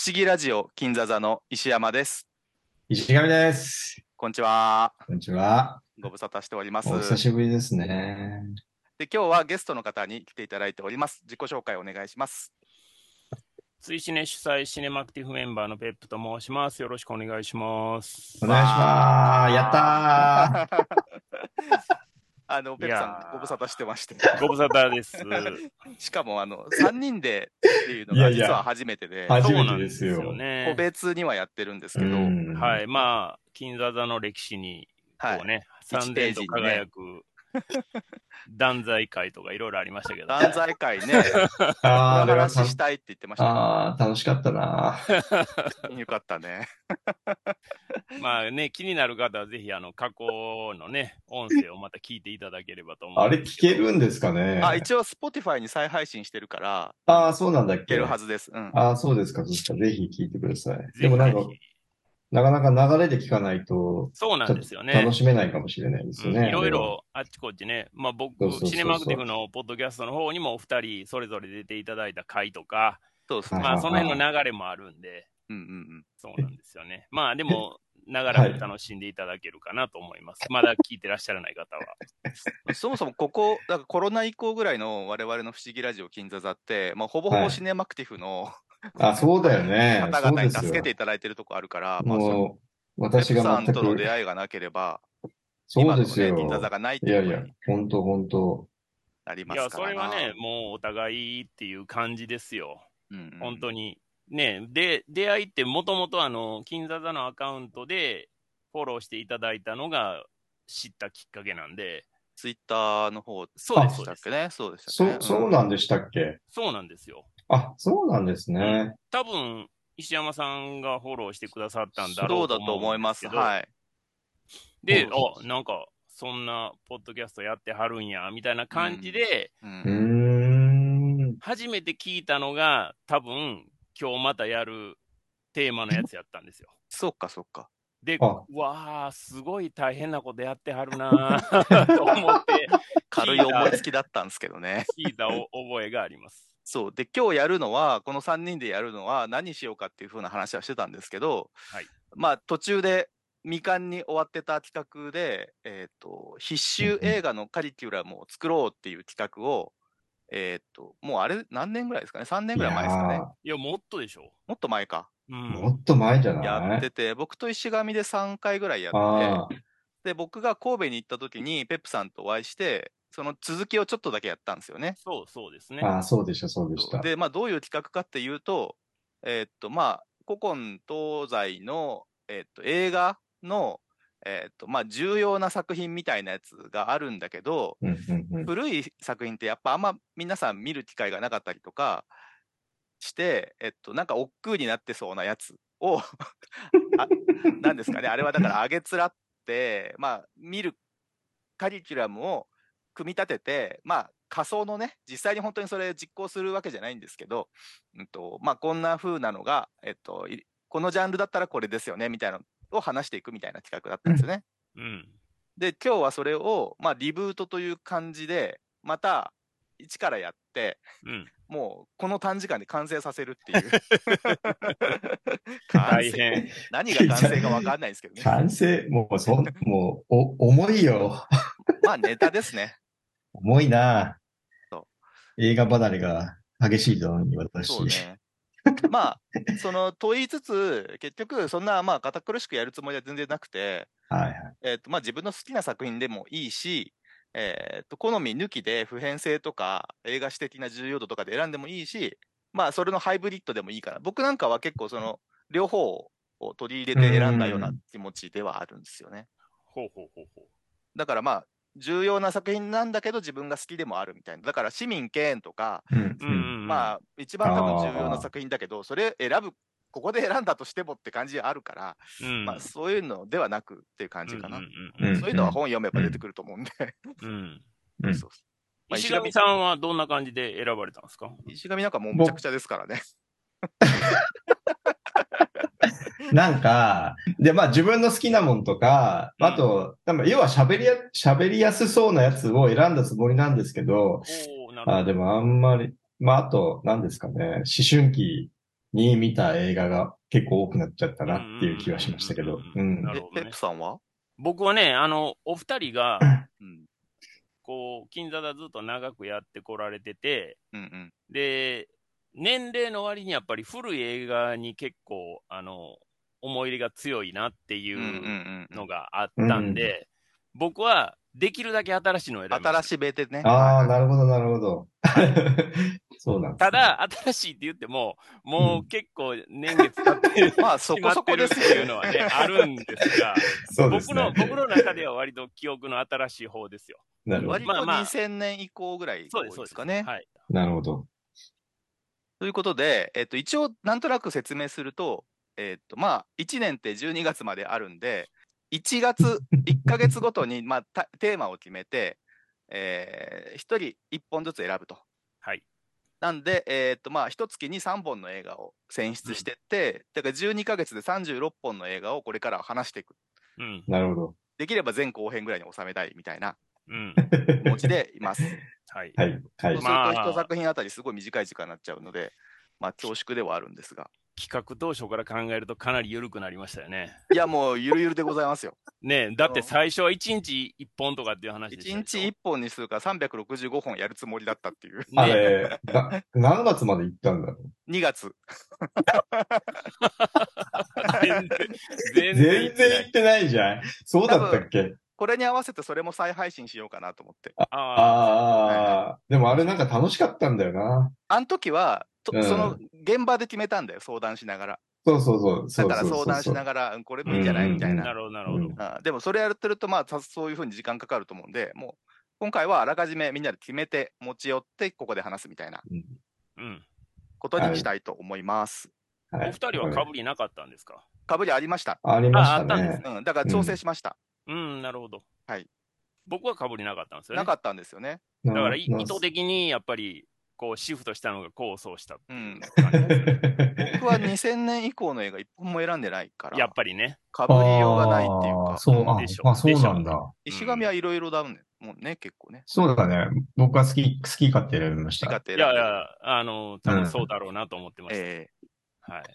思議ラジオ金座座の石山です。 石上です。 こんにちは。 こんにちは。 ご無沙汰しております。 お久しぶりですね。 で、今日はゲストの方に来ていただいております。自己紹介お願いします。 追シネ主催シネマクティフメンバーのペップと申します。よろしくお願いします。 お願いします。やったー。 ペップさんご無沙汰してまして。 ご無沙汰です。 しかも3人でっていうのが実は初めてで。 初めてですよ。 ね。 個別にはやってるんですけど。 はい。まあ、金座座の歴史に、こうね、三千と輝く、断罪会とかいろいろありましたけど。 断罪会ね。あれ話したいって言ってました、ね。 ああ、楽しかったな。 よかったね。 まあね、気になる方はぜひ過去のね、音声をまた聞いていただければと思う。 あれ聞けるんですかね。 一応 Spotify に再配信してるから。 ああ、そうなんだっけ。 聞けるはずです。 ああ、そうですか。そしたらぜひ聞いてください。でもなんか、なかなか流れで聞かないと、 そうなんですよね。 楽しめないかもしれないですよね。 いろいろあっちこっちね、まあ僕、シネマクティブのポッドキャストの方にもお二人それぞれ出ていただいた回とか、 そうですね。 まあその辺の流れもあるんで、そうなんですよね。まあでも、長らく楽しんでいただけるかなと思います。まだ聞いてらっしゃらない方は。 そもそもだからコロナ以降ぐらいの我々の不思議ラジオ金座座って、まあほぼほぼシネマクティブの、 そうだよね。 方々に助けていただいてるとこあるから、 もう、私がペップさんとの出会いがなければ、 そうですよ。 今のね、金座座がないっていう。 いやいや、本当ありますから。 いや、それはね、もうお互いっていう感じですよ。本当に。ね、で、出会いってもともと金座座のアカウントでフォローしていただいたのが知ったきっかけなんで。 ツイッターの方でしたっけね。そうでしたね。 そうなんでしたっけ。 そうなんですよ。 そうなんですね。 多分、石山さんがフォローしてくださったんだろうと思うんですけど。 そうだと思います。はい。 で、なんか、そんなポッドキャストやってはるんや、みたいな感じで、初めて聞いたのが、多分、今日またやるテーマのやつやったんですよ。 そっかそっか。 で、わー、すごい大変なことやってはるなと思って、 軽い思いつきだったんですけどね。 聞いた覚えがあります。 そう。で、今日やるのは、この3人でやるのは何しようかっていう風な話はしてたんですけど、まあ途中で未完に終わってた企画で、必修映画のカリキュラムを作ろうっていう企画を、もうあれ何年ぐらいですかね ?3 年ぐらい前ですかね。 いや、もっとでしょ。 もっと前か。 もっと前じゃない？ やってて、僕と石上で3回ぐらいやって、で、僕が神戸に行った時にペップさんとお会いして、その続きをちょっとだけやったんですよね。 そうですね。 そうでした。 で、まあどういう企画かっていうと、まあ、古今東西の、映画の、まあ重要な作品みたいなやつがあるんだけど、古い作品ってやっぱあんま皆さん見る機会がなかったりとかして、なんか億劫になってそうなやつをなんですかね、あれはだからあげつらって、まあ見るカリキュラムを組み立てて、まあ仮想のね、実際に本当にそれ実行するわけじゃないんですけど、まあこんな風なのが、このジャンルだったらこれですよねみたいなのを話していくみたいな企画だったんですよね。で、今日はそれを、まあリブートという感じで、また一からやって、もうこの短時間で完成させるっていう。 大変。 何が完成か分かんないですけどね。 完成、もう重いよ。 まあネタですね。 重いな。映画離れが激しいのに私。 そうね。まあ、問いつつ、結局、そんな、まあ、堅苦しくやるつもりは全然なくて、まあ、自分の好きな作品でもいいし、好み抜きで普遍性とか、映画史的な重要度とかで選んでもいいし、まあ、それのハイブリッドでもいいかな。僕なんかは結構、両方を取り入れて選んだような気持ちではあるんですよね。だからまあ、重要な作品なんだけど自分が好きでもあるみたいな。だから市民権とか、まあ一番多分重要な作品だけど、それ選ぶ、ここで選んだとしてもって感じあるから、まあそういうのではなくっていう感じかな。そういうのは本読めば出てくると思うんで。 石上さんはどんな感じで選ばれたんですか？ 石上なんかもうむちゃくちゃですからね。 なんか、で、まあ自分の好きなもんとか、あと、要は喋りやすそうなやつを選んだつもりなんですけど、でもあんまり、まああと、何ですかね、思春期に見た映画が結構多くなっちゃったなっていう気はしましたけど。 ペップさんは？ 僕はね、お二人が、こう、金座だずっと長くやってこられてて、で、年齢の割にやっぱり古い映画に結構、思い入れが強いなっていうのがあったんで、僕はできるだけ新しいのを選びました。 新しいベテね。 ああ、なるほど、なるほど。そうなんですね。 ただ、新しいって言っても、もう結構年月経ってる、 まあそこそこですっていうのはね、あるんですが、 そうですね、 僕の中では割と記憶の新しい方ですよ。 なるほど。 割と2000年以降ぐらいですかね。 はい。 なるほど。 ということで、一応なんとなく説明すると、まあ、1年って12月まであるんで、1ヶ月ごとに、まあ、テーマを決めて、1人1本ずつ選ぶと。 はい。 なんで、まあ、1月に3本の映画を選出してって、だから12ヶ月で36本の映画をこれから話していく。 なるほど。 できれば前後編ぐらいに収めたいみたいな気持ちでいます。 はい。 はい。 そうすると1作品あたりすごい短い時間になっちゃうので、まあ恐縮ではあるんですが。 企画当初から考えるとかなり緩くなりましたよね。 いやもうゆるゆるでございますよ。 ねえ、だって最初は1日1本とかっていう話でした 1日1本にするから365本やるつもりだったっていう。 あれ、何月まで行ったんだろう。 2月。 全然行ってないじゃん。そうだったっけ？ これに合わせてそれも再配信しようかなと思って。 でもあれなんか楽しかったんだよな。 あの時は、その現場で決めたんだよ、相談しながら。 そう。 だから相談しながら、これもいいんじゃないみたいな。 なるほど、なるほど。 でもそれやってると、まあ、そういうふうに時間かかると思うんで、もう、今回はあらかじめみんなで決めて、持ち寄って、ここで話すみたいなことにしたいと思います。 お二人は被りなかったんですか？ 被りありました。 ありましたね。 あったんですね。 だから調整しました。 なるほど。 はい。 僕は被りなかったんですよね。 なかったんですよね。 だから意図的にやっぱりこうシフトしたのが功を奏したっていう感じですね。 僕は2000年以降の映画一本も選んでないから。 やっぱりね。 被りようがないっていうか。 そうでしょ。 そうなんだ。 石神はいろいろだもんね、結構ね。 そうだね。僕は好き勝手選びました。 好き勝手選んで。 いや、多分そうだろうなと思ってました。はい。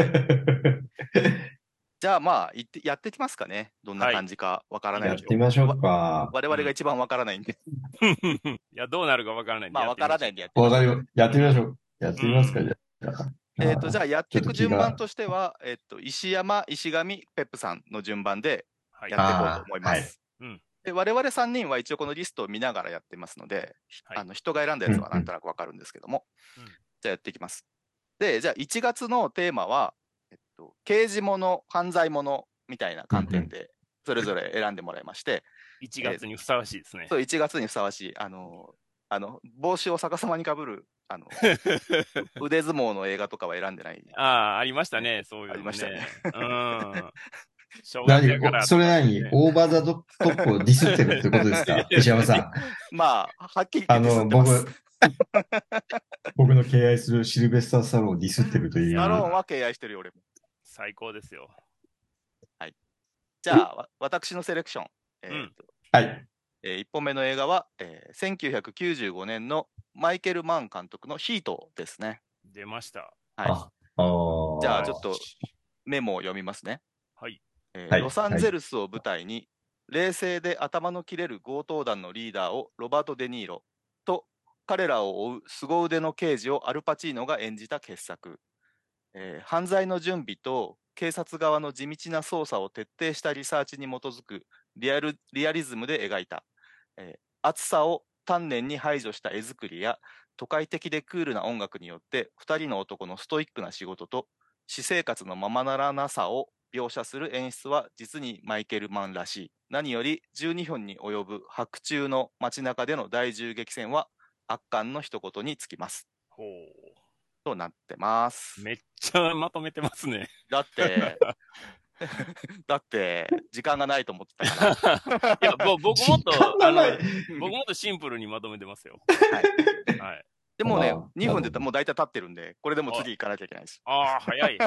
じゃあまあ、やってきますかね。どんな感じかわからないやってみましょうか。 我々が一番わからないんで。 いや、どうなるかわからないんで。 まあ、わからないんでやってみましょう。やってみましょう。やってみますか、じゃあ。じゃあやっていく順番としては、石山、石上、ペップさんの順番でやっていこうと思います。で我々3人は一応このリストを見ながらやってますので、人が選んだやつはなんとなくわかるんですけども。じゃあやっていきます。で、じゃあ1月のテーマは、刑事物、犯罪物みたいな観点でそれぞれ選んでもらいまして、 1月にふさわしいですね。 そう、1月にふさわしい、帽子を逆さまにかぶる、腕相撲の映画とかは選んでない。 ありましたね、そういうの、 ありましたね。 それ何オーバーザトップをディスってるってことですか石山さん。 まあ、はっきり言ってディスってます。 僕の敬愛するシルベスター・スタローンをディスってるという。 スタローンは敬愛してるよ、俺も。 最高ですよ。 はい。じゃあ、私のセレクション。 はい。 1本目の映画は、1995年のマイケル・マン監督のヒートですね。 出ました。 はい。じゃあ、ちょっとメモを読みますね。 はい。 ロサンゼルスを舞台に、冷静で頭の切れる強盗団のリーダーをロバート・デ・ニーロと、彼らを追う凄腕の刑事をアルパチーノが演じた傑作。犯罪の準備と警察側の地道な捜査を徹底したリサーチに基づくリアリズムで描いた、熱さを丹念に排除した絵作りや都会的でクールな音楽によって2人の男のストイックな仕事と私生活のままならなさを描写する演出は実にマイケル・マンらしい。何より12分に及ぶ白昼の街中での大銃撃戦は圧巻の一言につきます。 ほう。 となってます。 めっちゃまとめてますね。 だって時間がないと思ってたから。 いや、僕もっとシンプルにまとめてますよ。 はい。でもね、2分でもう大体経ってるんで、これでも次行かなきゃいけないです。 早い。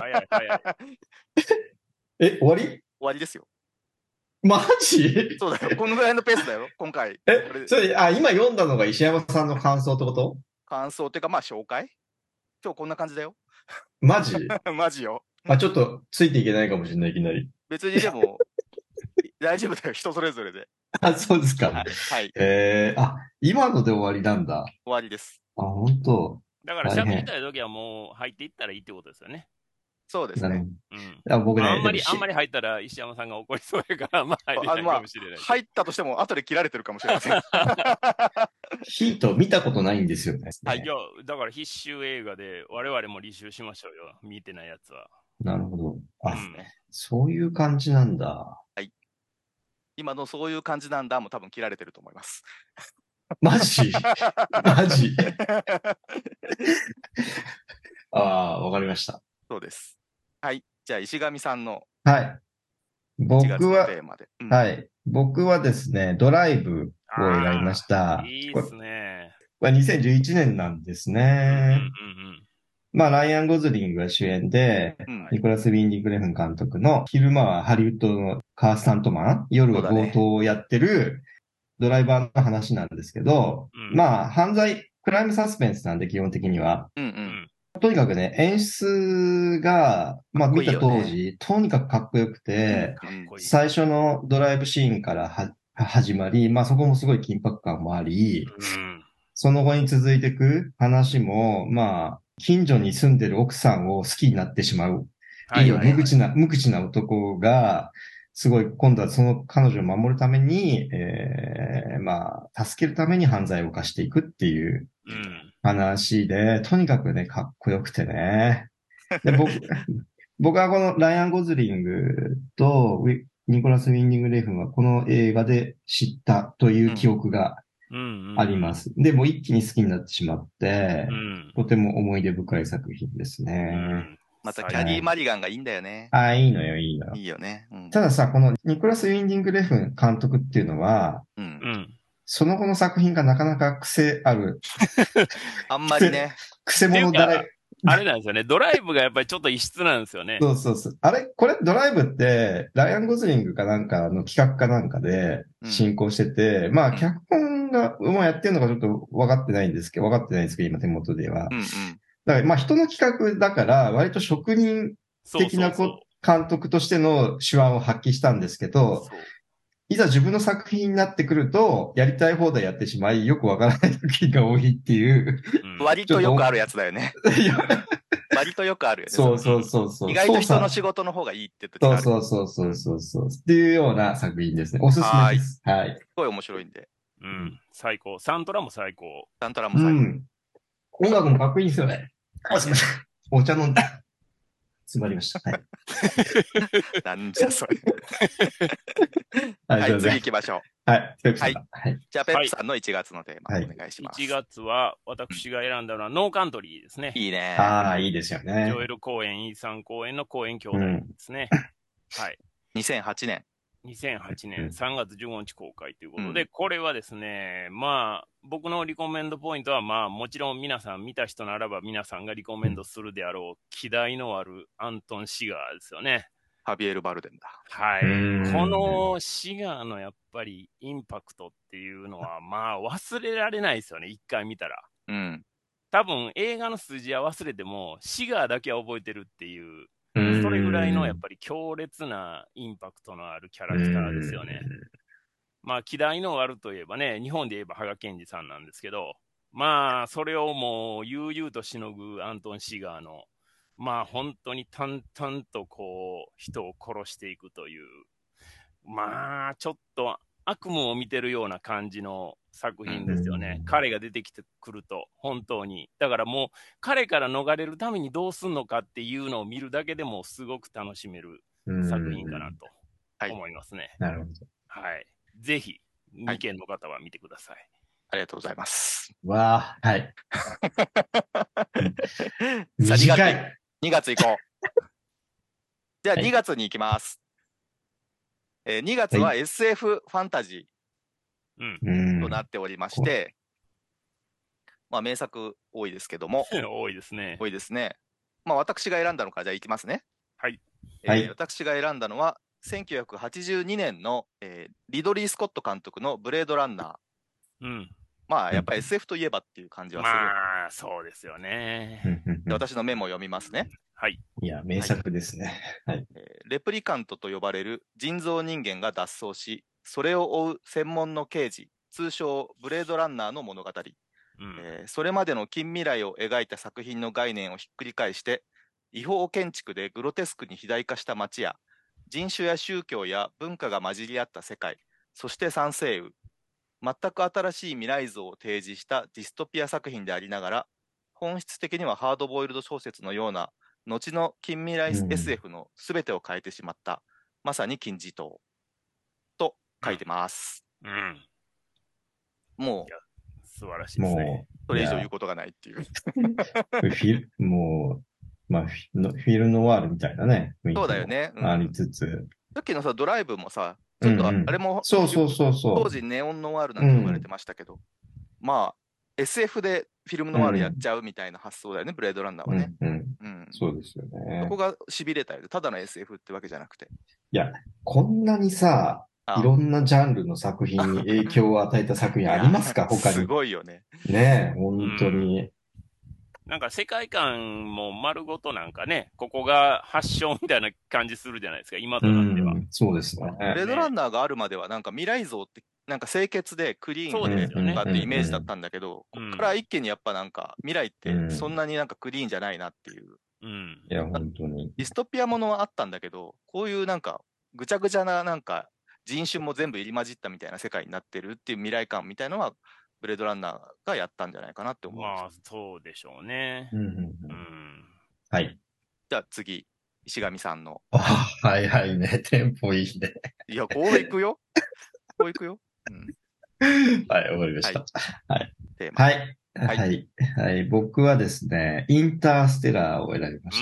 終わり？ 終わりですよ。 マジ？ そうだよ。このぐらいのペースだよ、今回。 今読んだのが石山さんの感想ってこと？ 感想っていうか、まあ紹介？今日こんな感じだよ。 マジマジよ。 ちょっとついていけないかもしれない、いきなり。 別にでも、大丈夫だよ、人それぞれで。 そうですか。 はい。 今ので終わりなんだ。 終わりです。 本当。 だから喋りたい時はもう入っていったらいいってことですよね。 そうですね。 僕ね、 あんまり入ったら石山さんが怒りそうやから、まあ入れないかもしれない。 入ったとしても後で切られてるかもしれません。 ヒート見たことないんですよね。 はい、いや、だから必修映画で我々も履修しましょうよ。見てないやつは。 なるほど。そういう感じなんだ。 はい。今のそういう感じなんだも多分切られてると思います。 マジマジわかりました。 そうです。はい。じゃあ、石上さんの。 はい。僕は、 はい。 僕はですね、ドライブを選びました。 いいですね。 これ2011年なんですね。ライアン・ゴズリングが主演で、ニコラス・ウィンディング・レフン監督の、昼間はハリウッドのカースタントマン、夜は強盗をやってるドライバーの話なんですけど、犯罪、クライムサスペンスなんで基本的には。とにかくね、演出が、見た当時、とにかくかっこよくて、最初のドライブシーンから始まり、そこもすごい緊迫感もあり、その後に続いていく話も、近所に住んでる奥さんを好きになってしまう。無口な男が、すごい、今度はその彼女を守るために、助けるために犯罪を犯していくっていう話で、とにかくね、かっこよくてね。で、僕はこのライアン・ゴズリングとニコラス・ウィンディング・レフンはこの映画で知ったという記憶があります。で、もう一気に好きになってしまって、とても思い出深い作品ですね。 またキャリー・マリガンがいいんだよね。 いいのよ、いいのよ。 いいよね。 たださ、このニコラス・ウィンディング・レフン監督っていうのは、その後の作品がなかなか癖ある。 あんまりね。 癖者だらあれなんですよね。ドライブがやっぱりちょっと異質なんですよね。 そう。これドライブって、ライアン・ゴズリングかなんかの企画かなんかで進行してて、脚本がもうやってるのかちょっと分かってないんですけど、今手元では。だから人の企画だから、割と職人的な監督としての手腕を発揮したんですけど、いざ自分の作品になってくると、やりたい放題やってしまい、よくわからない時が多いっていう。 割とよくあるやつだよね。割とよくあるよね。 そう。 意外と人の仕事の方がいいって時がある。 そう。っていうような作品ですね。おすすめです。はい。 すごい面白いんで。 最高。サントラも最高。 サントラも最高。 音楽もかっこいいですよね。すみません。お茶飲んだ。詰まりました。はい。 なんじゃそれ。はい、次行きましょう。はい。 じゃあ、ペップさんの1月のテーマお願いします。 1月は私が選んだのはノーカントリーですね。 いいね。 いいですよね。 ジョエル公演、イーサン公演の公演兄弟ですね。はい。 2008年 3月15日公開ということで、これはですね、僕のリコメンドポイントは、もちろん皆さん見た人ならば皆さんがリコメンドするであろう、気概のあるアントン・シガーですよね。 ハビエル・バルデンだ。 はい。このシガーのやっぱりインパクトっていうのは、忘れられないですよね、一回見たら。多分映画の数字は忘れても、シガーだけは覚えてるっていう、それぐらいのやっぱり強烈なインパクトのあるキャラクターですよね。気概のあるといえばね、日本で言えば羽賀健二さんなんですけど、それをもう悠々としのぐアントン・シガーの、本当に淡々と人を殺していくという、ちょっと悪夢を見てるような感じの作品ですよね。彼が出てきてくると、本当に。だからもう、彼から逃れるためにどうすんのかっていうのを見るだけでもすごく楽しめる作品かなと思いますね。 なるほど。 はい。ぜひ、2件の方は見てください。 ありがとうございます。 はい。 短い。2月行こう。じゃあ2月に行きます。2月は SF ファンタジーとなっておりまして、名作多いですけども。 多いですね。 多いですね。私が選んだのから、じゃあ行きますね。 はい。 私が選んだのは、1982年の、リドリー・スコット監督のブレードランナー。 まあ、やっぱり SF といえばっていう感じはする。 まあ、そうですよね。 で、私のメモを読みますね。 はい。 いや、名作ですね。はい。 レプリカントと呼ばれる人造人間が脱走し、それを追う専門の刑事、通称ブレードランナーの物語。それまでの近未来を描いた作品の概念をひっくり返して、違法建築でグロテスクに肥大化した街や、人種や宗教や文化が混じり合った世界、そして三星雨。全く新しい未来像を提示したディストピア作品でありながら、本質的にはハードボイルド小説のような後の近未来 SF のすべてを変えてしまった、まさに金字塔と書いてます。もう素晴らしいですね。 それ以上言うことがないっていう。 もう、まあ、フィルノワールみたいなね。 そうだよね。 ありつつ。 さっきのさ、ドライブもさ、ちょっとあれも、 そう。 当時ネオンノワールなんて呼ばれてましたけど、まあ、SF でフィルムノワールやっちゃうみたいな発想だよね、ブレードランナーはね。 そうですよね。 そこが痺れたよ。ただの SF ってわけじゃなくて。 いや、こんなにさ、いろんなジャンルの作品に影響を与えた作品ありますか他に。 すごいよね。 ねえ、本当に。 なんか世界観も丸ごとなんかね、ここが発祥みたいな感じするじゃないですか、今となっては。 そうですね。 ブレードランナーがあるまでは、なんか未来像って、なんか清潔でクリーンでとかってイメージだったんだけど、ここから一気にやっぱなんか未来ってそんなになんかクリーンじゃないなっていう。 いや、本当に。 ディストピアものはあったんだけど、こういうなんかぐちゃぐちゃななんか人種も全部入り混じったみたいな世界になってるっていう未来感みたいのは、ブレードランナーがやったんじゃないかなって思う。 まあ、そうでしょうね。 はい。 じゃあ次、石上さんの。 はいはいね。テンポいいね。 いや、こういくよ。こういくよ。 はい、わかりました。はい。はい。僕はですね、インターステラーを選びました。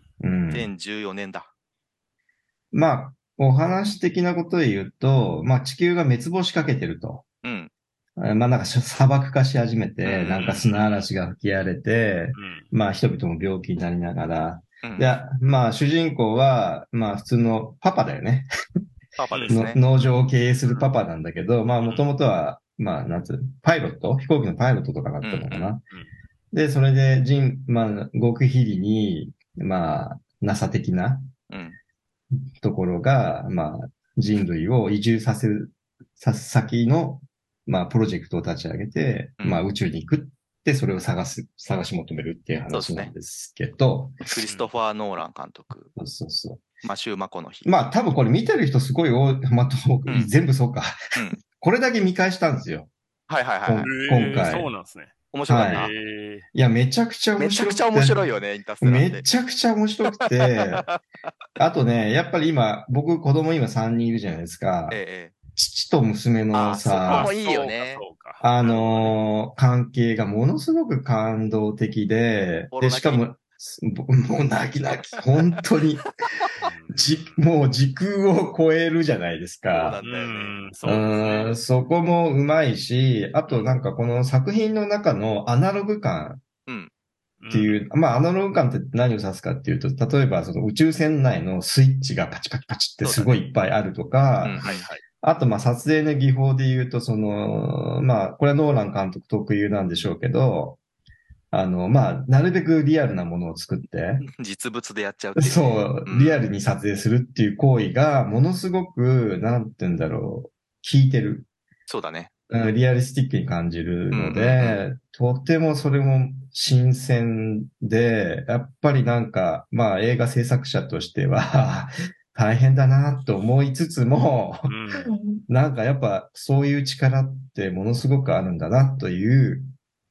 2014年だ。 まあ、お話的なことを言うと、まあ地球が滅亡しかけてると。まあなんか砂漠化し始めて、なんか砂嵐が吹き荒れて、まあ人々も病気になりながら、で、まあ主人公は、まあ普通のパパだよね。 パパですね。 農場を経営するパパなんだけど、まあもともとは、まあパイロット飛行機のパイロットとかだったのかな。で、それでまあ極秘裏に、まあ NASA 的なところが、まあ人類を移住させる先の、まあプロジェクトを立ち上げて、まあ宇宙に行くってそれを探し求めるっていう話なんですけど。 クリストファー・ノーラン監督。 そう。 マシュー・マコの日。 まあ多分これ見てる人すごい全部そうか。これだけ見返したんですよ。 はい。 今回。 そうなんですね。 面白かった。 いや、めちゃくちゃ面白くて。 めちゃくちゃ面白いよね、インターステラーって。 めちゃくちゃ面白くて。あとね、やっぱり僕子供今3人いるじゃないですか。父と娘のさ、 そこもいいよね。 関係がものすごく感動的で、しかも、もう泣き、本当に、もう時空を超えるじゃないですか。 そうなんだよね。そこもうまいし、あとなんかこの作品の中のアナログ感っていう、まあアナログ感って何を指すかっていうと、例えばその宇宙船内のスイッチがパチパチパチってすごいいっぱいあるとか、あとまあ撮影の技法で言うと、まあこれはノーラン監督特有なんでしょうけど、まあ、なるべくリアルなものを作って。 実物でやっちゃうっていう、ね。 そう、リアルに撮影するっていう行為が、ものすごく、なんて言うんだろう、効いてる。 そうだね。 リアリスティックに感じるので、とてもそれも新鮮で、やっぱりなんか、まあ映画制作者としては、大変だなと思いつつも、なんかやっぱそういう力ってものすごくあるんだなという、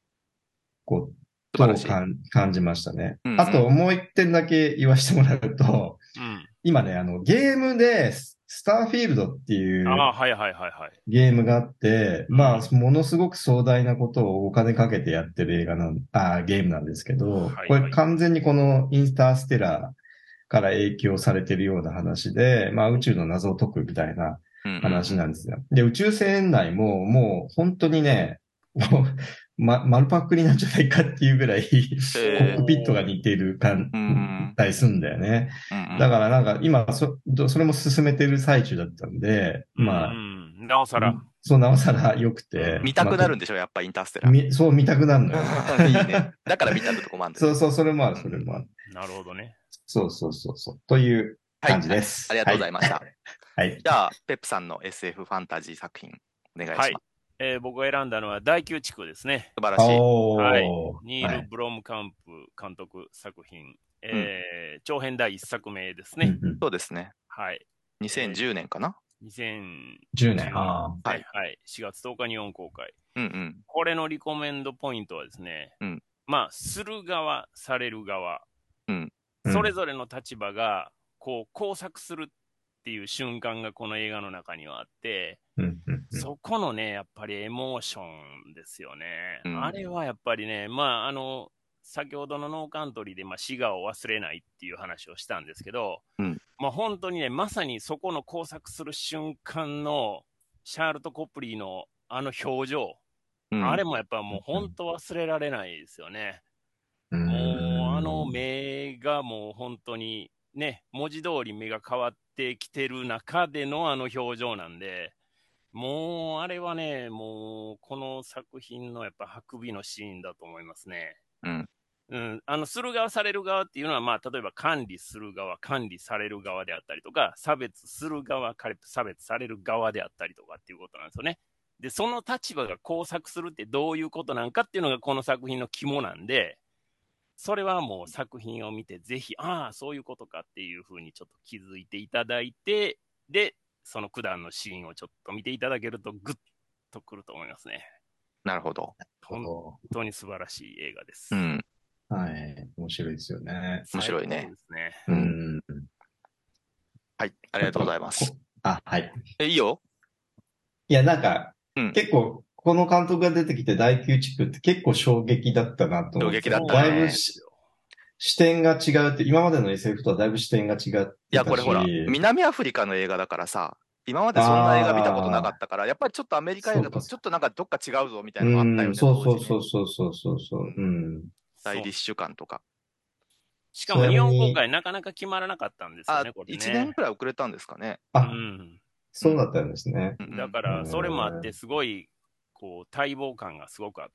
と感じましたね。あともう一点だけ言わせてもらうと、今ね、ゲームで、スターフィールドっていうゲームがあって、まあ、ものすごく壮大なことをお金かけてやってるゲームなんですけど、これ完全にこのインターステラーから影響されてるような話で、まあ宇宙の謎を解くみたいな話なんですよ。で、宇宙船内ももう本当にね、丸パックになっちゃないかっていうぐらい、コックピットが似てる感じすんだよね。だからなんか今それも進めてる最中だったんで、まあ。 なおさら。 そう、なおさら良くて。 見たくなるんでしょ、やっぱインターステラー。 そう、見たくなるのよ。 いいね。だから見たってとこもあるんだそうそう、それもある、それもある。 なるほどね。 そうそうそうそう。という感じです。 ありがとうございました。 はい。 じゃあ、ペップさんの SF ファンタジー作品、お願いします。 はい。僕が選んだのは第9地区ですね。 素晴らしい。 はい。ニール・ブロムカンプ監督作品。長編第1作目ですね。 そうですね。 はい。 2010年かな ？2010年。 はい。4月10日日本公開。これのリコメンドポイントはですね、まあ、する側、される側、それぞれの立場が、こう、工作するっていう瞬間がこの映画の中にはあって、そこのね、やっぱりエモーションですよね。あれはやっぱりね、まあ、先ほどのノーカントリーで、まあ、滋賀を忘れないっていう話をしたんですけど、まあ、本当にね、まさにそこの工作する瞬間のシャールト・コプリーのあの表情、あれもやっぱもう本当忘れられないですよね。もうあの目がもう本当にね、文字通り目が変わってきてる中でのあの表情なんで、もうあれはね、もうこの作品のやっぱハクビのシーンだと思いますね。する側される側っていうのは、まあ、例えば管理する側、管理される側であったりとか、差別する側、差別される側であったりとかっていうことなんですよね。で、その立場が工作するってどういうことなんかっていうのがこの作品の肝なんで、それはもう作品を見て、ぜひ、ああ、そういうことかっていうふうにちょっと気づいていただいて、で、その九段のシーンをちょっと見ていただけると、ぐっとくると思いますね。 なるほど。 本当に素晴らしい映画です。 はい。面白いですよね。 面白いね。 ですね。 はい。ありがとうございます。 はい。 いいよ。 いや、なんか、結構、この監督が出てきて第9地区って結構衝撃だったなと思って。 衝撃だったね。 だいぶ視点が違うって、今までの SF とはだいぶ視点が違ってたし。 いや、これほら、南アフリカの映画だからさ、今までそんな映画見たことなかったから、やっぱりちょっとアメリカ映画とちょっとなんかどっか違うぞみたいなのがあったよね。 そう。 スタイリッシュ感とか。 しかも日本公開なかなか決まらなかったんですよね、これね。 1年くらい遅れたんですかね。 そうだったんですね。 だから、それもあって、すごい、こう、待望感がすごくあって、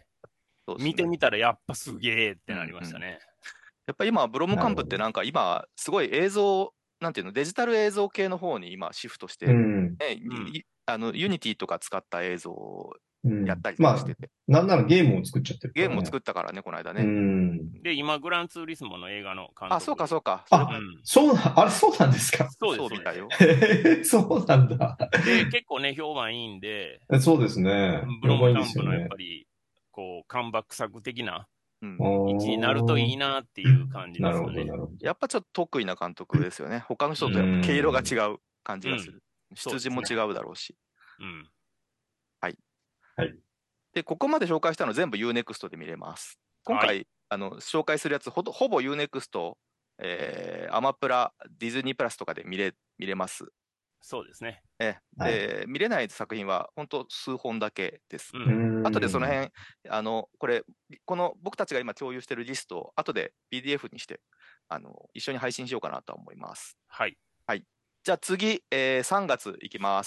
見てみたらやっぱすげえってなりましたね。 やっぱ今、ブロムカンプってなんか今、すごい映像、なんていうの、デジタル映像系の方に今シフトして、ユニティとか使った映像をやったりとかしてて。 なんならゲームを作っちゃってる。 ゲームを作ったからね、この間ね。 で、今、グランツーリスモの映画の監督。 そうか。 あれそうなんですか？ そうです。 そうみたいよ。 そうなんだ。 で、結構ね、評判いいんで。 そうですね。 ブロムカンプのやっぱり、こう、カムバック作的な位置になるといいなっていう感じですよね。 やっぱちょっと得意な監督ですよね。他の人とやっぱ毛色が違う感じがする。出自も違うだろうし。はい。で、ここまで紹介したの全部 Unext で見れます。今回、紹介するやつほぼ Unext、アマプラ、ディズニープラスとかで見れます。 そうですね。 で、見れない作品は本当数本だけです。後でその辺、この僕たちが今共有しているリストを後で PDF にして、一緒に配信しようかなと思います。 はい。 じゃあ次、3月いきます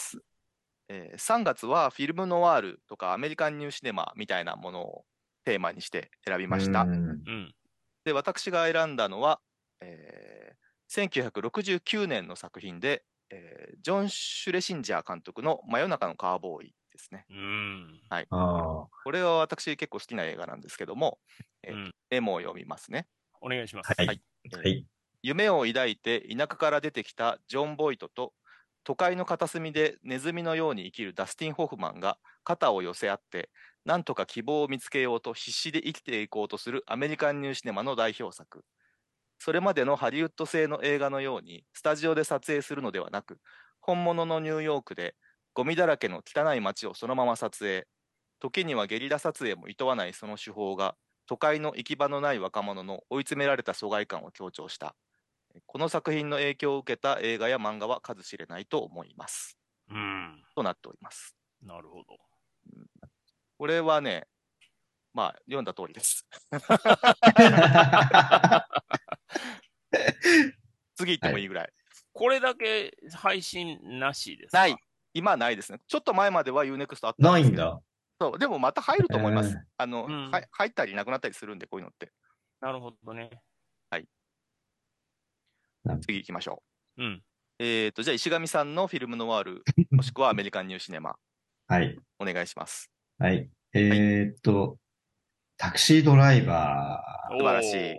。3月はフィルムノワールとかアメリカンニューシネマみたいなものをテーマにして選びました。で、私が選んだのは、1969年の作品で、ジョン・シュレシンジャー監督の真夜中のカーボーイですね。これは私結構好きな映画なんですけども、メモを読みますね。 お願いします。 夢を抱いて田舎から出てきたジョン・ボイトと都会の片隅でネズミのように生きるダスティン・ホフマンが肩を寄せ合ってなんとか希望を見つけようと必死で生きていこうとするアメリカンニューシネマの代表作。それまでのハリウッド製の映画のようにスタジオで撮影するのではなく、本物のニューヨークでゴミだらけの汚い街をそのまま撮影、時にはゲリラ撮影も厭わないその手法が都会の行き場のない若者の追い詰められた疎外感を強調した。この作品の影響を受けた映画や漫画は数知れないと思います。となっております。 なるほど。 これはね、まあ読んだ通りです。次行ってもいいぐらい。 これだけ配信なしですか？ ない。 今はないですね。ちょっと前までは Unext あったんないですけど。 んだ。 そう、でもまた入ると思います。入ったりなくなったりするんで、こういうのって。 なるほどね。 はい。次行きましょう。 じゃあ石上さんのフィルムノワール、もしくはアメリカンニューシネマ。 はい。 お願いします。 はい。タクシードライバー。素晴らしい。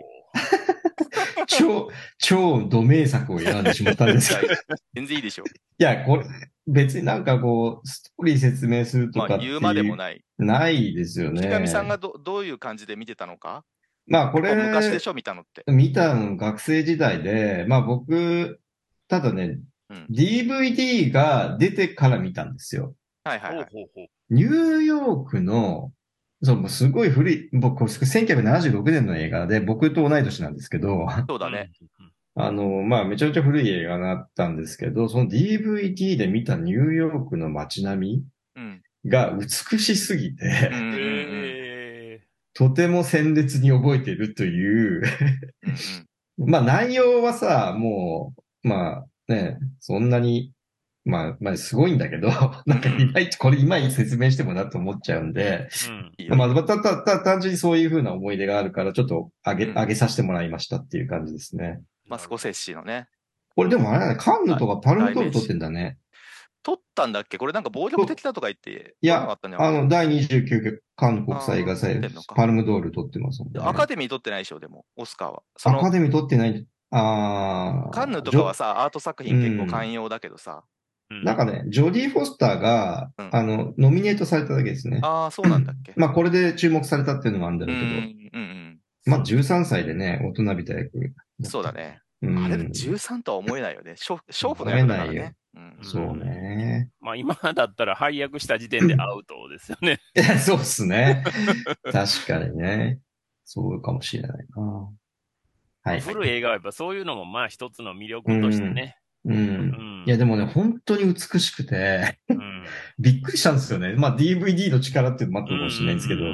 超ド名作を選んでしまったんですけど。 全然いいでしょう。 いや、これ、別になんかこう、ストーリー説明するとかっていう。 言うまでもない。 ないですよね。 石上さんがどういう感じで見てたのか。 まあこれ、 昔でしょ、見たのって。 見たの学生時代で、まあ僕、ただね、DVD が出てから見たんですよ。 はいはいはい。 ニューヨークの、すごい古い、僕、1976年の映画で、僕と同い年なんですけど、 そうだね。 まあ、めちゃめちゃ古い映画だったんですけど、その DVD で見たニューヨークの街並みが美しすぎて、とても鮮烈に覚えているというまあ内容はさ、もう、まあね、そんなに、まあすごいんだけど、なんかこれいまいち説明してもなと思っちゃうんで、まあ単純にそういう風な思い出があるから、ちょっと上げさせてもらいましたっていう感じですね。 まあ、スコセッシのね。 これでもあれだね、カンヌとかパルムドール撮ってんだね。 撮ったんだっけこれなんか暴力的だとか言って。 いや、第29回カンヌ国際映画祭、パルムドール撮ってますもんね。 アカデミー撮ってないでしょ、でも、オスカーは。 アカデミー撮ってない。 カンヌとかはさ、アート作品結構寛容だけどさ。 なんかね、ジョディ・フォスターが、ノミネートされただけですね。 ああ、そうなんだっけ。 まあ、これで注目されたっていうのもあるんだろうけど。まあ、13歳でね、大人びた役。 そうだね。あれ、13とは思えないよね。娼婦の役だからね。 そうね。 まあ、今だったら配役した時点でアウトですよね。 いや、そうっすね。確かにね。そうかもしれないな。 はい。古い映画はやっぱそういうのもまあ一つの魅力としてね。 いや、でもね、本当に美しくてびっくりしたんですよね。まあ DVD の力っていうのもあったかもしれないんですけど。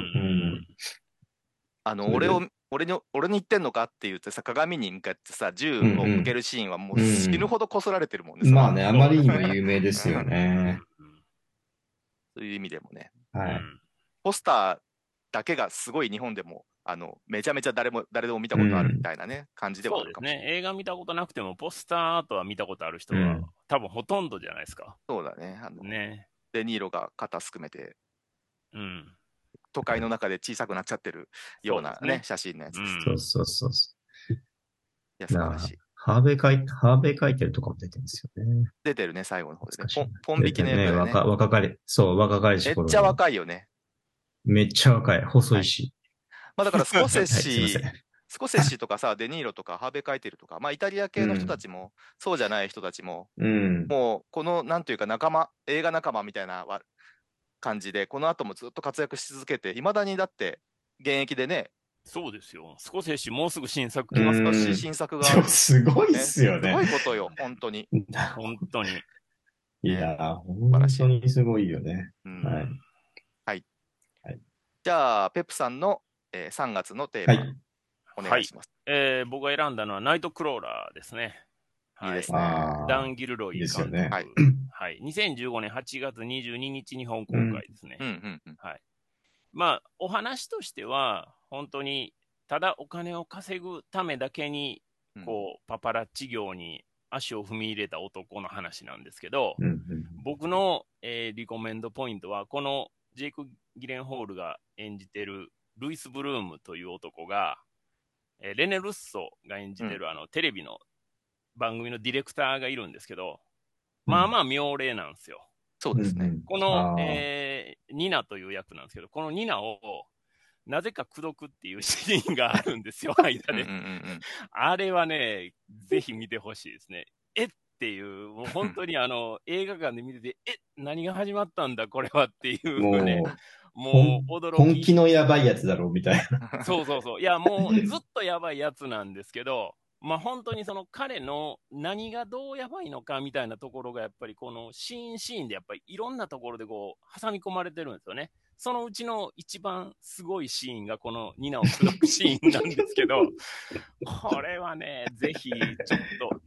俺に言ってんのかって言ってさ、鏡に向かってさ、銃を向けるシーンはもう死ぬほどこすられてるもんね。 まあね、あまりにも有名ですよね。 そういう意味でもね。 はい。 ポスターだけがすごい日本でも、めちゃめちゃ誰でも見たことあるみたいなね、感じではあるかもしれない。 そうですね。映画見たことなくても、ポスターアートは見たことある人は、多分ほとんどじゃないですか。 そうだね。デニーロが肩すくめて、都会の中で小さくなっちゃってるようなね、写真のやつです。 そう。 いや、素晴らしい。 ハーベイ書いてるとかも出てるんですよね。 出てるね、最後の方でね。ポン引きの役でね。 若かりし頃。めっちゃ若いよね。 めっちゃ若い。細いし。 まあだからスコセッシとかさ、デニーロとかハーベイ書いてるとか、まあイタリア系の人たちも、そうじゃない人たちも、もうこのなんというか映画仲間みたいな感じで、この後もずっと活躍し続けて、いまだにだって現役でね。 そうですよ。スコセッシもうすぐ新作来ますし、新作が。 すごいっすよね。 すごいことよ、本当に。 本当に。 いや、本当にすごいよね。 はい。じゃあ、ペップさんの3月のテーマ、お願いします。 僕が選んだのはナイトクローラーですね。 いいですね。 ダン・ギルロイ監督。 ね。 はい。2015年8月22日日本公開ですね。はい。まあ、お話としては、本当に、ただお金を稼ぐためだけに、こう、パパラッチ業に足を踏み入れた男の話なんですけど、僕の、リコメンドポイントは、このジェイク・ギレンホールが演じてるルイス・ブルームという男が、レネ・ルッソが演じてるテレビの番組のディレクターがいるんですけど、まあまあ妙齢なんですよ。 そうですね。 この、ニナという役なんですけど、このニナをなぜか口説くっていうシーンがあるんですよ、間で。あれはね、ぜひ見てほしいですね。っていう、もう本当に映画館で見てて、何が始まったんだ、これはっていうね。もう驚き。 本気のやばいやつだろうみたいな。そう。いや、もうずっとやばいやつなんですけど、まあ本当にその彼の何がどうやばいのかみたいなところがやっぱりこのシーンでやっぱりいろんなところでこう挟み込まれてるんですよね。そのうちの一番すごいシーンがこのニナを口説くシーンなんですけど、これはね、ぜひちょっと、っ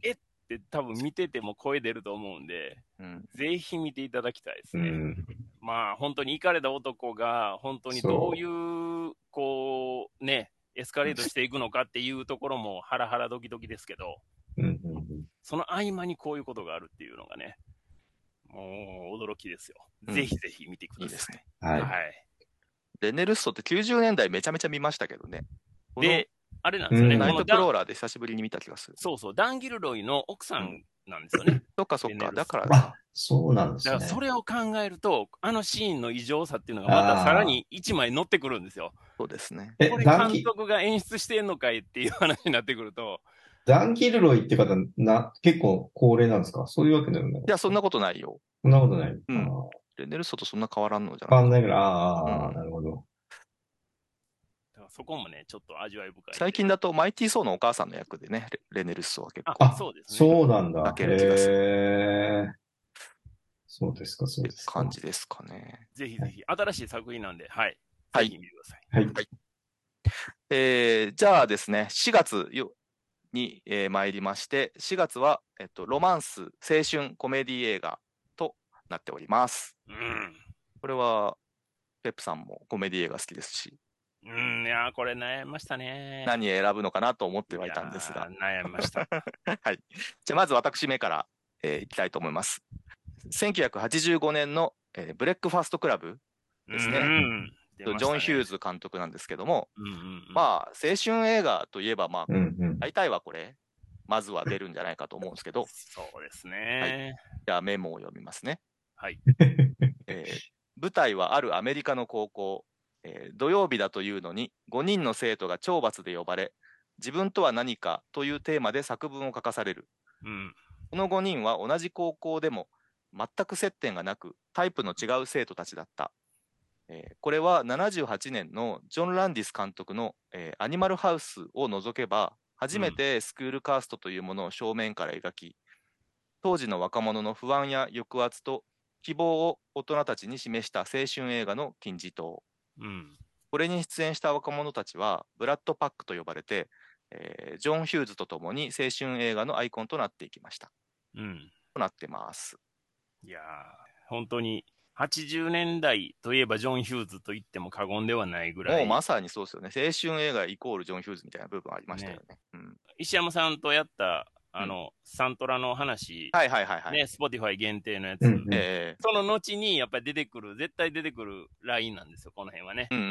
って多分見てても声出ると思うんで、ぜひ見ていただきたいですね。まあ本当にイカれた男が本当にどういうこうねエスカレートしていくのかっていうところもハラハラドキドキですけど、その合間にこういうことがあるっていうのがね、もう驚きですよ。ぜひぜひ見てください。いいですね。はい。 レネルッソって90年代めちゃめちゃ見ましたけどね。 で、あれなんですよね。 ナイトクローラーで久しぶりに見た気がする。 そうそう、ダン・ギルロイの奥さんなんですよね。 そっかそっか。だからだ。 そうなんですね。 だからそれを考えると、あのシーンの異常さっていうのがまたさらに1枚乗ってくるんですよ。 そうですね。 これ監督が演出してんのかいっていう話になってくると。 ダン・ギルロイって方結構高齢なんですか？そういうわけでもない。 いや、そんなことないよ。 そんなことない。 レネルソとそんな変わらんのじゃない変わんないぐらい。なるほど。 そこもね、ちょっと味わい深い。 最近だとマイティー・ソーのお母さんの役でね、レネルッソは結構。 そうですね。 そうなんだ。 ける気がする。そうですか、そうですか。 感じですかね。 ぜひぜひ、新しい作品なんで、はい。 はい。 ぜひ見てください。 はい。 じゃあですね、4月に、参りまして、4月は、ロマンス、青春コメディ映画となっております。これは、ペップさんもコメディ映画好きですし。 いやこれ悩みましたね。 何選ぶのかなと思ってはいたんですが。 悩みました。 はい。じゃあまず私目から、いきたいと思います。1985年の、ブレックファストクラブですね。ジョン・ヒューズ監督なんですけども、まあ青春映画といえばまあ、大体はこれまずは出るんじゃないかと思うんですけど。 そうですね。 じゃあメモを読みますね。 はい。 舞台はあるアメリカの高校。土曜日だというのに5人の生徒が懲罰で呼ばれ、自分とは何かというテーマで作文を書かされる。この5人は同じ高校でも全く接点がなくタイプの違う生徒たちだった。これは78年のジョン・ランディス監督の、アニマルハウスを除けば初めてスクールカーストというものを正面から描き、当時の若者の不安や抑圧と希望を大人たちに示した青春映画の金字塔。これに出演した若者たちはブラッドパックと呼ばれて、ジョン・ヒューズとともに青春映画のアイコンとなっていきました。となってます。 いや本当に80年代といえばジョン・ヒューズと言っても過言ではないぐらい。 もうまさにそうですよね。青春映画イコールジョン・ヒューズみたいな部分ありましたよね。 石山さんとやったサントラの話、ね、スポティファイ限定のやつ、その後にやっぱり絶対出てくるラインなんですよ、この辺はね。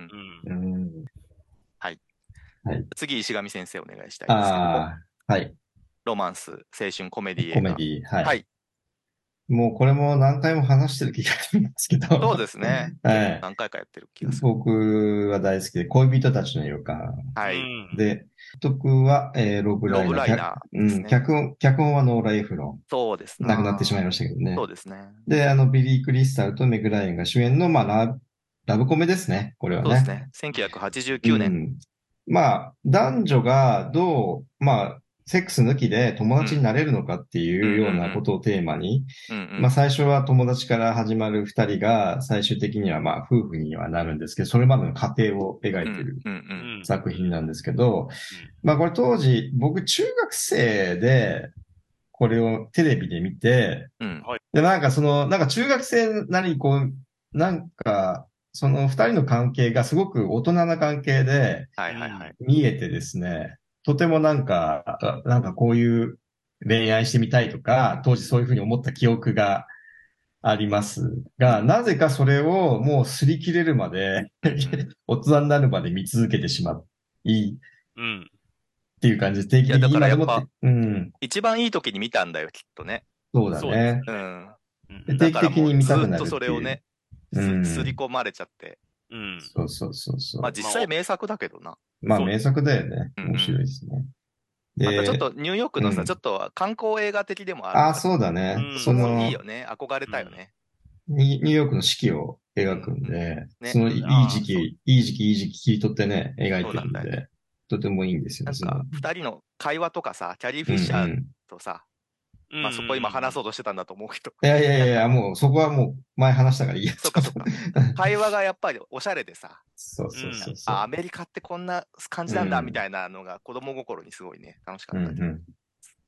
はい。次、石上先生お願いしたいんですけども。 はい。 ロマンス、青春コメディ映画。 コメディ、はい。もうこれも何回も話してる気がするんですけど。 そうですね。何回かやってる気がする。 僕は大好きで、恋人たちの予感。 はい。 で、監は、ロブライナー。脚本はノーラ・エフロン。 そうですね。亡くなってしまいましたけどね。 そうですね。 で、ビリー・クリスタルとメグ・ライアンが主演の、まあ、ラブコメですね。これはね。 そうですね。1989年。 まあ、男女がまあ、セックス抜きで友達になれるのかっていうようなことをテーマに、まあ最初は友達から始まる二人が最終的にはまあ夫婦にはなるんですけど、それまでの過程を描いている作品なんですけど、まあこれ当時僕中学生でこれをテレビで見て、でなんか中学生なりこう、なんかその二人の関係がすごく大人な関係で見えてですね、とてもなんかこういう恋愛してみたいとか、当時そういうふうに思った記憶がありますが、なぜかそれをもう擦り切れるまで大人になるまで見続けてしまい、っていう感じで、定期的に今でも一番いい時に見たんだよ、きっとね。 そうだね。定期的に見たくなるっていう。 ずっとそれをね、刷り込まれちゃって。 そうそうそうそう。 まあ実際名作だけどな。 まあ名作だよね。面白いですね。 またちょっとニューヨークのさ、ちょっと観光映画的でもある。 あ、そうだね。 いいよね。憧れたよね。 ニューヨークの四季を描くんで、そのいい時期切り取ってね、描いてるんで、とてもいいんですよね。 なんか、二人の会話とかさ、キャリー・フィッシャーとさ、まあそこ今話そうとしてたんだと思うけど。 いや、もうそこはもう前話したからいいや。 そっか。会話がやっぱりおしゃれでさ。 そう。 アメリカってこんな感じなんだみたいなのが子供心にすごいね、楽しかった。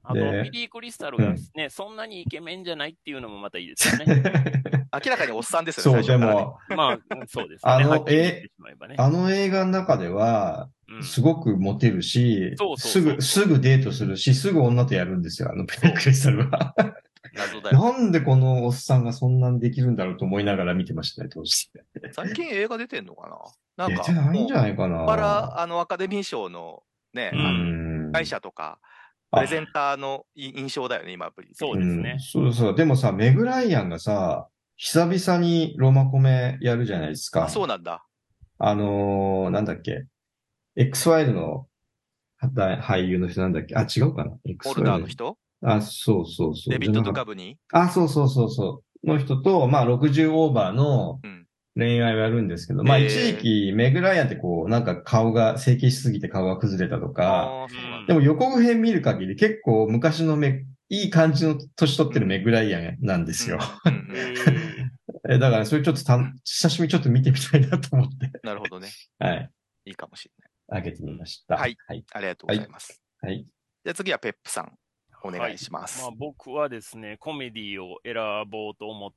あと、ビリー・クリスタルがね、そんなにイケメンじゃないっていうのもまたいいですよね。 明らかにおっさんですよね、 そう、でも、 まあ、そうですよね。 あの映画の中では、すごくモテるし、すぐデートするし、すぐ女とやるんですよ、ビリー・クリスタルは。 謎だよ。 なんでこのおっさんがそんなにできるんだろうと思いながら見てましたね、当時。 最近映画出てんのかな？なんか、 出てないんじゃないかな。 アカデミー賞のね、会社とか、プレゼンターの印象だよね、今、 そうですね。 そうそう。でもさ、メグライアンがさ、久々にロマコメやるじゃないですか。 あ、そうなんだ。 なんだっけ。X ファイルの俳優の人なんだっけ。あ、違うかな。 モルダーの人？ あ、そうそうそう。 デビッド・ドゥカブニ？ あ、そうそうそうそう。の人と、まあ、60オーバーの恋愛をやるんですけど、まあ、一時期、メグライアンってこう、なんか顔が、整形しすぎて顔が崩れたとか、でも予告編見る限り結構昔のいい感じの年取ってるメグライアンなんですよ。だから、それちょっと久しぶりにちょっと見てみたいなと思って。 なるほどね。 はい。 いいかもしれない。 あげてみました。 はい。ありがとうございます。 はい。 じゃあ次はペップさん、お願いします。 まあ僕はですね、コメディを選ぼうと思って、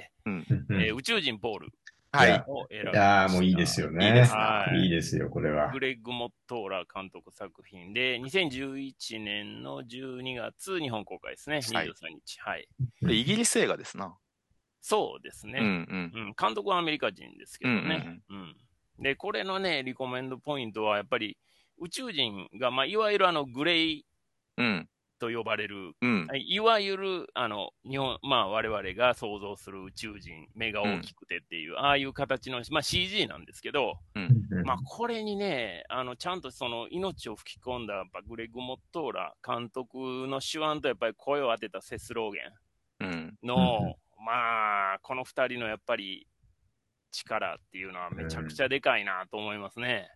宇宙人ポール。 はい。 を選びました。いやもういいですよね。 いいですね。 いいですよ、これは。 グレッグ・モットーラ監督作品で、2011年の12月、日本公開ですね。23日。はい。 イギリス映画ですな。 そうですね。監督はアメリカ人ですけどね。で、これのね、リコメンドポイントは、やっぱり宇宙人が、まあ、いわゆるグレイと呼ばれる、いわゆる、日本、まあ、我々が想像する宇宙人、目が大きくてっていう、ああいう形の、まあ、CG なんですけど、まあ、これにね、ちゃんとその命を吹き込んだ、やっぱグレッグ・モットーラ監督の手腕と、やっぱり声を当てたセス・ローゲンの、まあ、この二人のやっぱり力っていうのはめちゃくちゃでかいなと思いますね。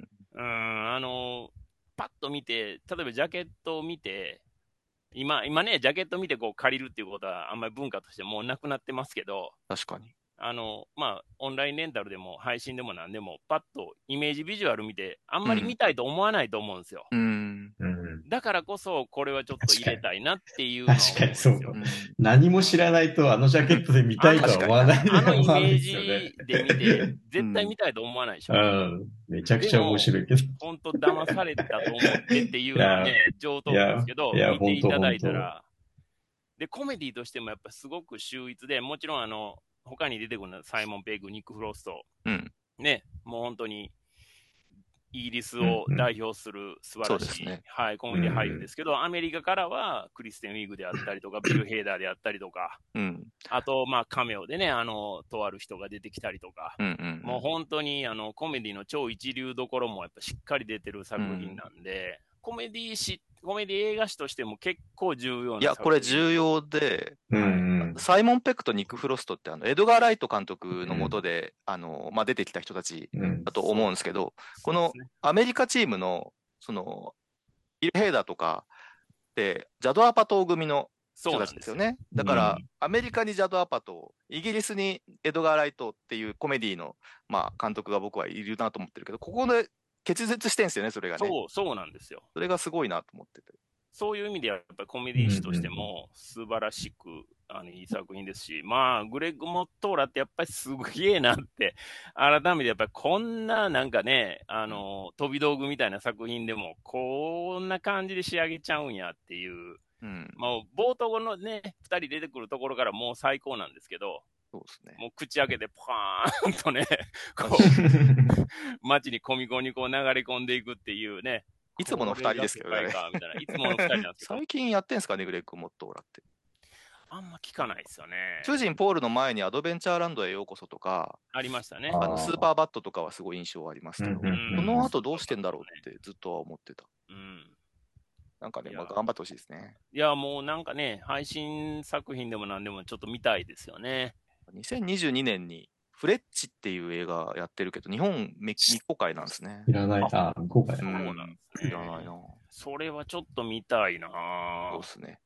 パッと見て、例えばジャケットを見て、今ね、ジャケット見てこう借りるっていうことはあんまり文化としてもうなくなってますけど、 確かに。 まあ、オンラインレンタルでも配信でも何でも、パッとイメージビジュアル見て、あんまり見たいと思わないと思うんですよ。だからこそ、これはちょっと入れたいなっていうのを。 確かにそうか。何も知らないと、ジャケットで見たいとは思わない。 イメージで見て、絶対見たいと思わないでしょ。 めちゃくちゃ面白いけど。 本当騙されたと思ってっていうのはね、上等ですけど、見ていただいたら。で、コメディとしてもやっぱすごく秀逸で、もちろん他に出てくるのはサイモン・ペグ、ニック・フロスト。ね、もう本当に、イギリスを代表する素晴らしい、はい、コメディ俳優ですけど、アメリカからはクリステン・ウィグであったりとか、ビル・ヘイダーであったりとか、あと、まあ、カメオでね、とある人が出てきたりとか、もう本当にコメディの超一流どころもやっぱしっかり出てる作品なんで、コメディ映画史としても結構重要な作品。 いや、これ重要で、サイモン・ペクとニック・フロストってエドガー・ライト監督の下で、まあ、出てきた人たちだと思うんですけど、このアメリカチームの、ビル・ヘイダーとかで、ジャド・アパトー組の人たちですよね。だから、アメリカにジャド・アパトー、イギリスにエドガー・ライトっていうコメディの、まあ、監督が僕はいるなと思ってるけど、ここで結実してんですよね、それがね。 そうなんですよ。 それがすごいなと思ってて。 そういう意味では、やっぱりコメディ史としても素晴らしく、いい作品ですし、まあ、グレッグ・モットーラってやっぱりすげえなって、改めてやっぱりこんななんかね、飛び道具みたいな作品でも、こんな感じで仕上げちゃうんやっていう、もう冒頭のね、二人出てくるところからもう最高なんですけど、 そうですね。 もう口開けてパーンとね、こう、街に込み込みにこう流れ込んでいくっていうね。 いつもの二人ですけどね。 いつもの二人なんですけど。 最近やってんすかね、グレッグ・モットーラって。 あんま聞かないですよね。 宇宙人ポールの前にアドベンチャーランドへようこそとか、 ありましたね。 スーパーバットとかはすごい印象ありますけど、この後どうしてんだろうってずっとは思ってた。なんかね、まあ、頑張ってほしいですね。 いや、もうなんかね、配信作品でも何でもちょっと見たいですよね。 2022年にフレッチっていう映画やってるけど、日本未公開なんですね。 いらない。未公開。 そうなんですね。 いらないな。 それはちょっと見たいな。 そうですね。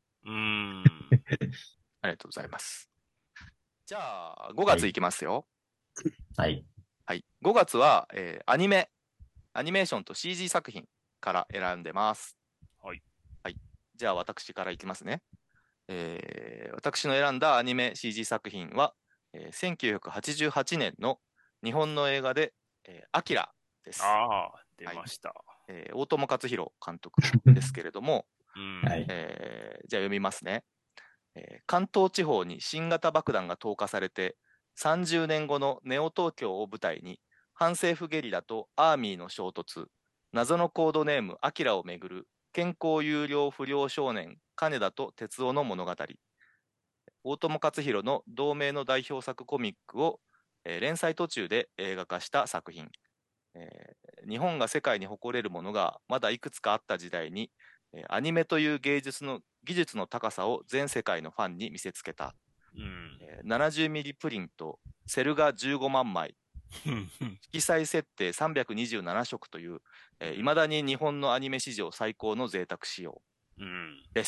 ありがとうございます。じゃあ、5月いきますよ。 はい。 はい。5月は、アニメーションと CG 作品から選んでます。 はい。 はい。 じゃあ私からいきますね。私の選んだアニメ CG 作品は、1988年の日本の映画で、アキラです。 ああ、出ました。 大友克洋監督ですけれども、じゃあ読みますね。関東地方に新型爆弾が投下されて、30年後のネオ東京を舞台に、反政府ゲリラとアーミーの衝突、謎のコードネームアキラをめぐる健康有料不良少年金田と哲夫の物語。大友克洋の同名の代表作コミックを、連載途中で映画化した作品。日本が世界に誇れるものがまだいくつかあった時代に、アニメという技術の高さを全世界のファンに見せつけた。70ミリプリント、セル画15万枚、色彩設定327色という、いまだに日本のアニメ史上最高の贅沢仕様です。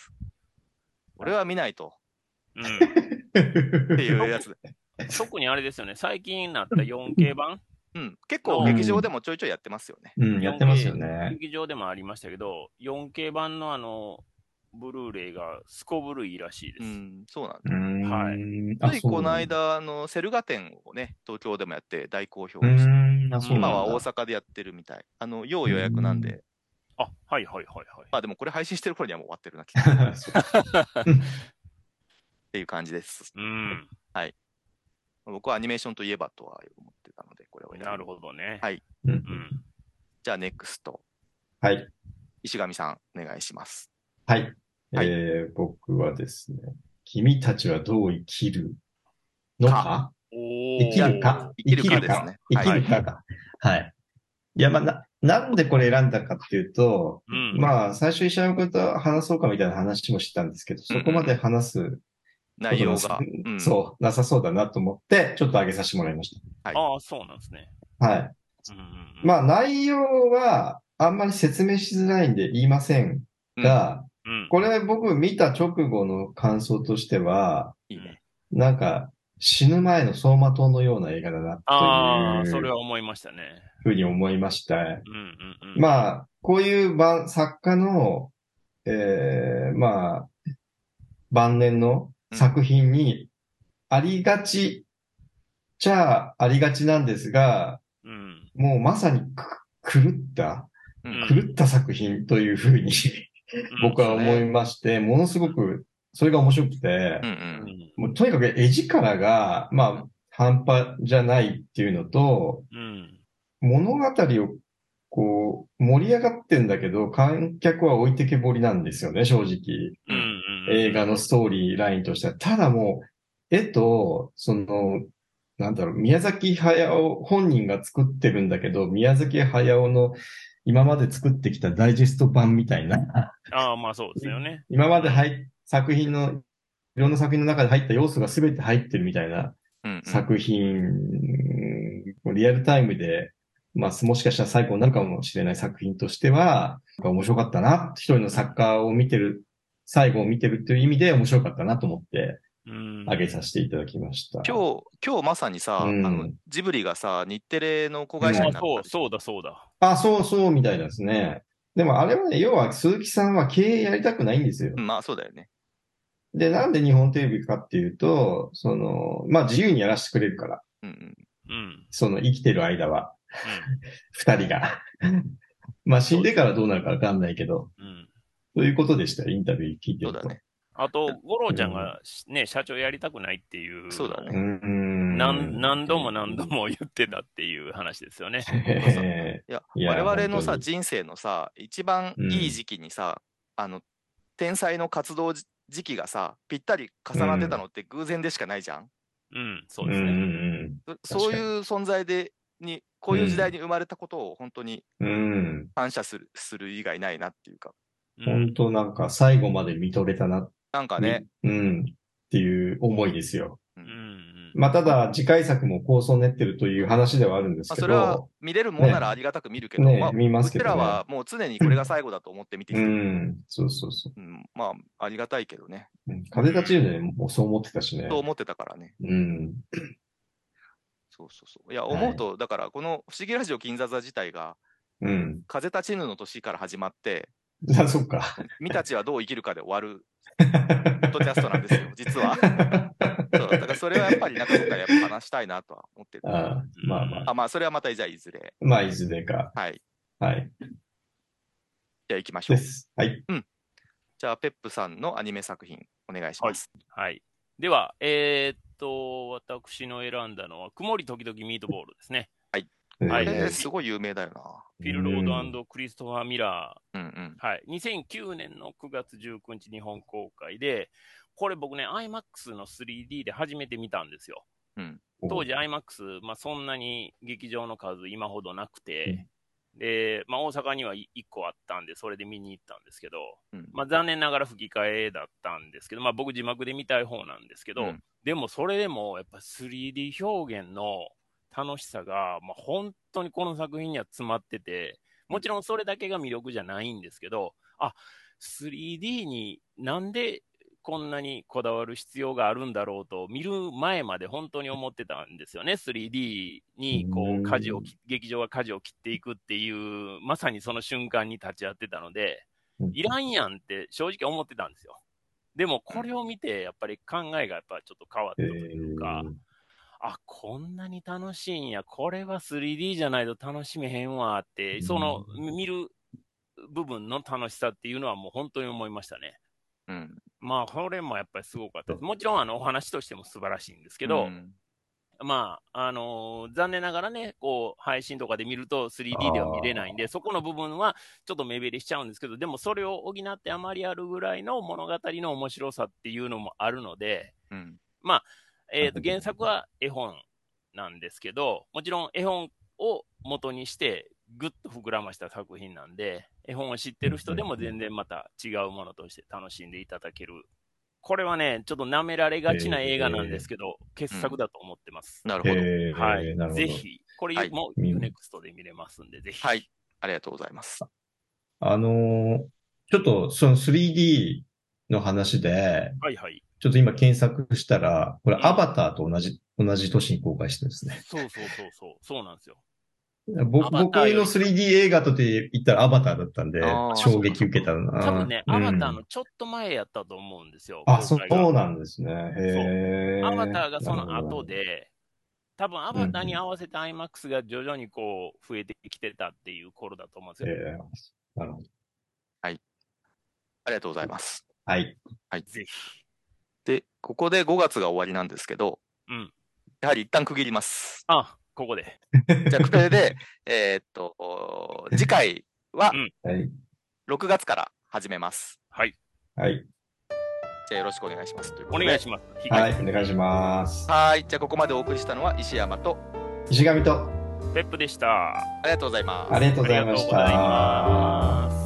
俺は見ないと。っていうやつ。 特にあれですよね、最近なった 4K 版結構劇場でもちょいちょいやってますよね。 やってますよね。 劇場でもありましたけど、4K 版のブルーレイがすこぶるいいらしいです。 そうなんだ。はい。ついこの間、セル画展をね、東京でもやって大好評でした。今は大阪でやってるみたい。要予約なんで。 あ、はいはいはいはい。 まあでもこれ配信してる頃にはもう終わってるな、きっと。っていう感じです。はい。僕はアニメーションといえばとは思ってたので、これを選ぶ。 なるほどね。 はい。じゃあ、ネクスト。 はい。 石上さん、お願いします。 はい。僕はですね、君たちはどう生きるのか生きるか生きるかですね。 生きるかか。はい。いや、まあ、なんでこれ選んだかっていうと、まあ、最初石山君と話そうかみたいな話もしてたんですけど、そこまで話す内容が、 そう、なさそうだなと思って、ちょっと上げさせてもらいました。 ああ、そうなんですね。 はい。まあ、内容は、あんまり説明しづらいんで言いませんが、これ僕見た直後の感想としては、なんか、死ぬ前の走馬灯のような映画だなという。 それは思いましたね。 ふうに思いました。まあ、こういう作家の、まあ、晩年の作品にありがちじゃありがちなんですが、もうまさに狂った作品というふうに僕は思いまして、ものすごくそれが面白くて、もうとにかく絵力が、まあ、半端じゃないっていうのと、物語をこう、盛り上がってんだけど、観客は置いてけぼりなんですよね、正直。映画のストーリーラインとしては。ただもう、絵と、なんだろう、宮崎駿本人が作ってるんだけど、宮崎駿の今まで作ってきたダイジェスト版みたいな。 まあそうですよね。 今までいろんな作品の中で入った要素が全て入ってるみたいな作品、リアルタイムで、まあ、もしかしたら最後になるかもしれない作品としては、面白かったな。一人の作家を見てる、最後を見てるっていう意味で面白かったなと思って、挙げさせていただきました。 今日まさにさ、ジブリがさ、日テレの子会社になった。 そうだ。 そうみたいですね。でもあれはね、要は鈴木さんは経営やりたくないんですよ。 まあそうだよね。 で、なんで日本テレビかっていうと、まあ自由にやらせてくれるから。生きてる間は。二人が。まあ死んでからどうなるかわかんないけど。そういうことでした、インタビュー聞いてると。 そうだね。 あと、五郎ちゃんがね、社長やりたくないっていう。 そうだね。 何度も言ってたっていう話ですよね。 我々のさ、人生のさ、一番いい時期にさ、天才の活動時期がさ、ぴったり重なってたのって偶然でしかないじゃん。 そうですね。 そういう存在こういう時代に生まれたことを本当に感謝する以外ないなっていうか。 本当なんか最後まで見とれたな。 なんかね。 っていう思いですよ。まあ、ただ、次回作も構想練ってるという話ではあるんですけど。 それは見れるもんならありがたく見るけど、 見ますけど、 うちらはもう常にこれが最後だと思って見てきてる。 そう。 まあ、ありがたいけどね。 風立ちぬでもそう思ってたしね。 そう思ってたからね。そう。いや、思うと、だから、この不思議ラジオ金座座自体が、風立ちぬの年から始まって、 あ、そっか。 君たちはどう生きるかで終わる、ポッドキャストなんですよ、実は。そう、だからそれはやっぱり、なんかどっかでやっぱ話したいなとは思ってる。 まあまあ。 まあ、それはまたじゃあいずれ。 まあ、いずれか。 はい。 はい。 じゃあ行きましょう。 です。はい。 じゃあ、ペップさんのアニメ作品、お願いします。 はい。では、私の選んだのは、曇り時々ミートボールですね。 はい。すごい有名だよな。 フィル・ロード&クリストファー・ミラー。はい。2009年の9月19日日本公開で、これ僕ね、IMAX の 3D で初めて見たんですよ。当時 IMAX、まあそんなに劇場の数今ほどなくて、で、まあ大阪には1個あったんで、それで見に行ったんですけど、まあ残念ながら吹き替えだったんですけど、まあ僕字幕で見たい方なんですけど、でもそれでもやっぱ 3D 表現の楽しさが、まあ、本当にこの作品には詰まってて、もちろんそれだけが魅力じゃないんですけど、3D になんでこんなにこだわる必要があるんだろうと、見る前まで本当に思ってたんですよね。3D にこう劇場が舵を切っていくっていう、まさにその瞬間に立ち会ってたので、いらんやんって正直思ってたんですよ。でもこれを見て、やっぱり考えがやっぱちょっと変わったというか、こんなに楽しいんや、これは 3D じゃないと楽しめへんわって、その見る部分の楽しさっていうのはもう本当に思いましたね。まあ、これもやっぱりすごかったです。もちろんお話としても素晴らしいんですけど、まあ、残念ながらね、こう、配信とかで見ると 3D では見れないんで、そこの部分はちょっと目減りしちゃうんですけど、でもそれを補ってあまりあるぐらいの物語の面白さっていうのもあるので、まあ、原作は絵本なんですけど、もちろん絵本を元にしてぐっと膨らました作品なんで、絵本を知ってる人でも全然また違うものとして楽しんでいただける。これはね、ちょっと舐められがちな映画なんですけど、傑作だと思ってます。 なるほど。 はい。ぜひ、これも UNEXT で見れますんで、ぜひ。 はい。ありがとうございます。 ちょっとその 3D の話で、ちょっと今検索したら、これアバターと同じ年に公開してるんですね。 そうなんですよ。 僕の 3D 映画とで言ったらアバターだったんで、衝撃受けたな。 多分ね、アバターのちょっと前やったと思うんですよ。 そうなんですね。 アバターがその後で、多分アバターに合わせて IMAX が徐々にこう増えてきてたっていう頃だと思うんですよ。 なるほど。 はい。ありがとうございます。 はい。 ぜひ。 で、ここで5月が終わりなんですけど、やはり一旦区切ります。 ここで。 じゃあ、これで、次回は、6月から始めます。 はい。 じゃあ、よろしくお願いします。 お願いします。 はい、お願いします。 はい。じゃあ、ここまでお送りしたのは石山と石上とペップでした。 ありがとうございます。 ありがとうございました。